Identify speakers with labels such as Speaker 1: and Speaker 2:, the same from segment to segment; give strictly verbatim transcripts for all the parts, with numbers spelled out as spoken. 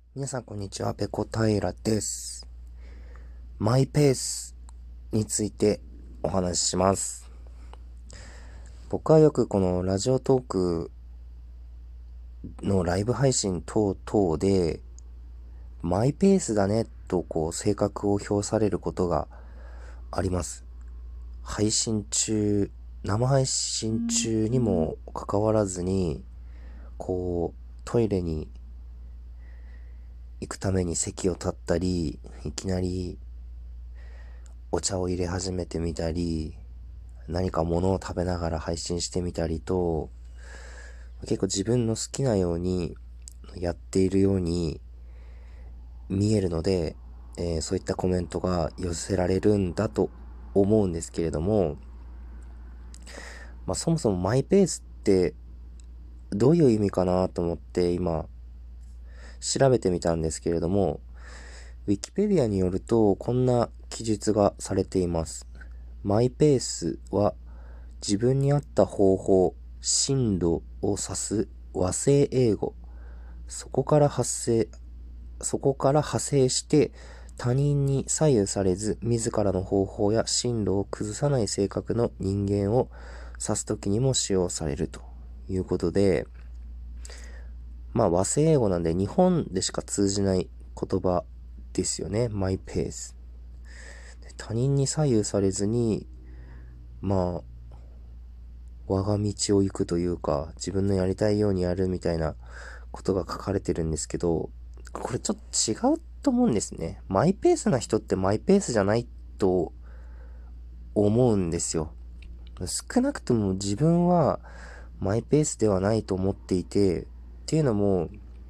Speaker 1: 皆さんこんにちは、ペコ平です。マイペースについてお話しします。僕はよくこのラジオトークのライブ配信等々で、マイペースだねとこう性格を評されることがあります。配信中、生配信中にもかかわらずに、こうトイレに行くために席を立ったり、いきなりお茶を入れ始めてみたり、何か物を食べながら配信してみたりと、結構自分の好きなようにやっているように見えるので、えーそういったコメントが寄せられるんだと思うんですけれども、まあそもそもマイペースってどういう意味かなと思って今調べてみたんですけれども、ウィキペディアによるとこんな記述がされています。マイペースは自分に合った方法、進路を指す和製英語。そこから発生、そこから派生して他人に左右されず自らの方法や進路を崩さない性格の人間を指すときにも使用されるということで、まあ和製英語なんで日本でしか通じない言葉ですよね。マイペース。他人に左右されずに、まあ我が道を行くというか、自分のやりたいようにやるみたいなことが書かれてるんですけど、これちょっと違うと思うんですね。マイペースな人ってマイペースじゃないと思うんですよ。少なくとも自分はマイペースではないと思っていて、っていうのも、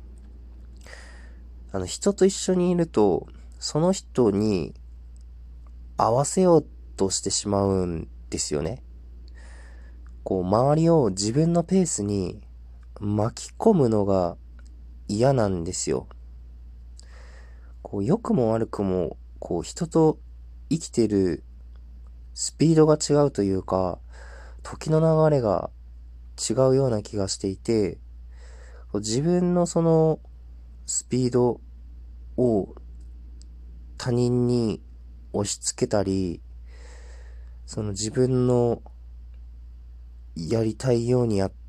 Speaker 1: あの人と一緒にいると、その人に合わせようとしてしまうんですよね。こう周りを自分のペースに巻き込むのが嫌なんですよ。こう良くも悪くも、こう人と生きてるスピードが違うというか、時の流れが違うような気がしていて、自分のそのスピードを他人に押し付けたり、その自分のやりたいようにやって、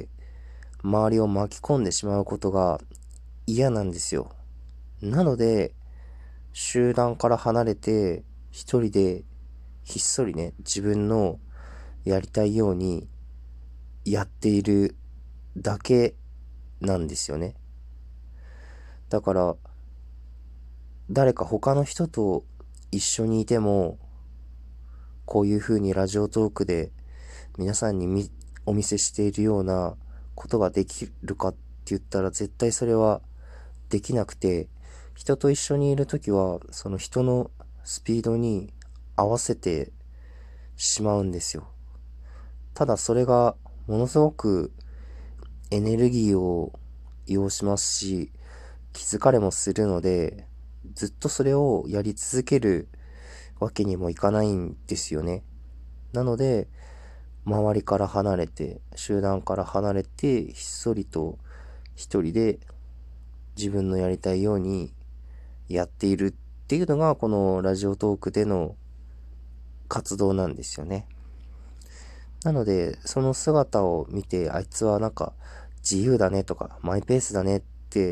Speaker 1: 周りを巻き込んでしまうことが嫌なんですよ。なので、集団から離れて、一人でひっそりね、自分のやりたいようにやっているだけなんですよね。だから、誰か他の人と一緒にいても、こういう風にラジオトークで皆さんにみお見せしているようなことができるかって言ったら絶対それはできなくて、人と一緒にいるときは、その人のスピードに合わせてしまうんですよ。ただそれがものすごくエネルギーを要しますし、気づかれもするので、ずっとそれをやり続けるわけにもいかないんですよね。なので、周りから離れて、集団から離れて、ひっそりと一人で自分のやりたいようにやっているっていうのが、このラジオトークでの活動なんですよね。なので、その姿を見て、あいつはなんか自由だねとか、マイペースだねって、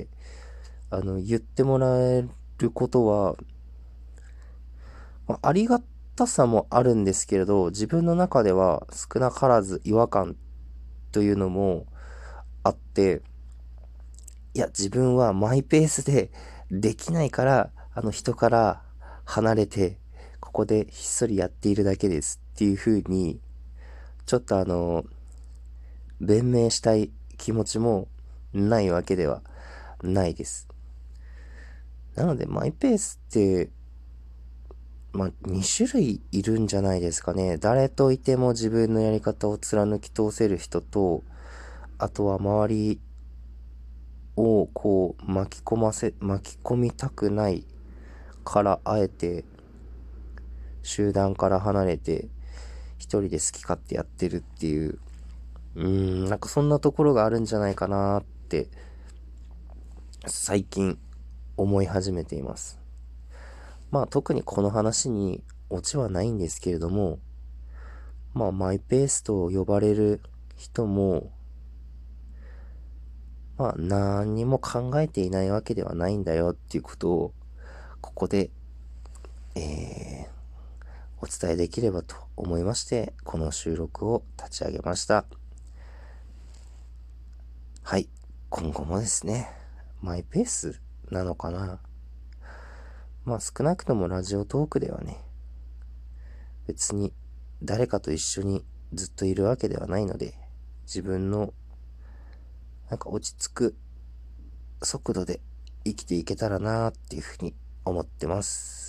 Speaker 1: あの、言ってもらえることは、まあ、ありがたさもあるんですけれど、自分の中では少なからず違和感というのもあって、いや、自分はマイペースでできないから、あの人から離れて、ここでひっそりやっているだけですっていう風に、ちょっとあの、弁明したい気持ちもないわけではないです。なので、マイペースって、まあ、に種類いるんじゃないですかね。誰といても自分のやり方を貫き通せる人と、あとは周りをこう巻き込ませ、巻き込みたくないからあえて集団から離れて一人で好き勝手やってるっていう、うーん、なんかそんなところがあるんじゃないかなって最近思い始めています。まあ特にこの話にオチはないんですけれども、まあマイペースと呼ばれる人も、まあ何にも考えていないわけではないんだよっていうことを、ここで、えー、お伝えできればと思いまして、この収録を立ち上げました。はい。今後もですね、マイペースなのかな。まあ少なくともラジオトークではね、別に誰かと一緒にずっといるわけではないので、自分のなんか落ち着く速度で生きていけたらなーっていうふうに思ってます。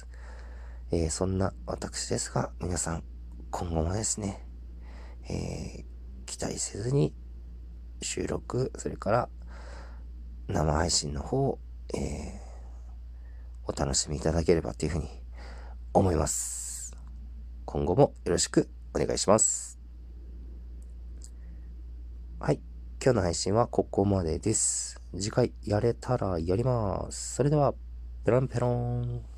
Speaker 1: えー、そんな私ですが、皆さん今後もですね、えー、期待せずに収録、それから生配信の方、えー、お楽しみいただければというふうに思います。今後もよろしくお願いします。はい。今日の配信はここまでです。次回やれたらやります。それでは、ペロンペロン。